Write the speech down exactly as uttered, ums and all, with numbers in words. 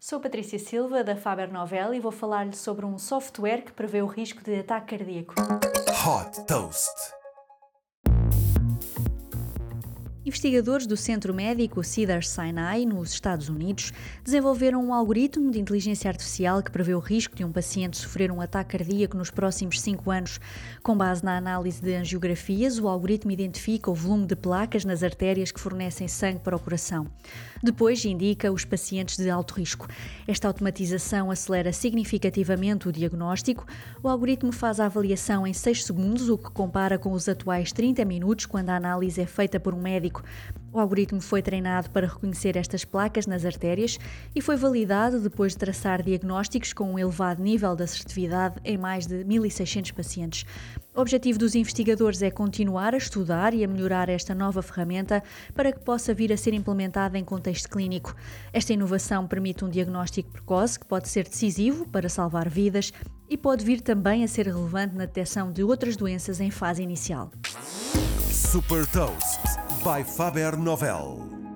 Sou Patrícia Silva, da Faber Novel, e vou falar-lhe sobre um software que prevê o risco de ataque cardíaco. Hot Toast. Investigadores do Centro Médico Cedars-Sinai, nos Estados Unidos, desenvolveram um algoritmo de inteligência artificial que prevê o risco de um paciente sofrer um ataque cardíaco nos próximos cinco anos. Com base na análise de angiografias, o algoritmo identifica o volume de placas nas artérias que fornecem sangue para o coração. Depois, indica os pacientes de alto risco. Esta automatização acelera significativamente o diagnóstico. O algoritmo faz a avaliação em seis segundos, o que compara com os atuais trinta minutos, quando a análise é feita por um médico. O algoritmo foi treinado para reconhecer estas placas nas artérias e foi validado depois de traçar diagnósticos com um elevado nível de assertividade em mais de mil e seiscentos pacientes. O objetivo dos investigadores é continuar a estudar e a melhorar esta nova ferramenta para que possa vir a ser implementada em contexto clínico. Esta inovação permite um diagnóstico precoce que pode ser decisivo para salvar vidas e pode vir também a ser relevante na detecção de outras doenças em fase inicial. Super Toast by Faber Novel.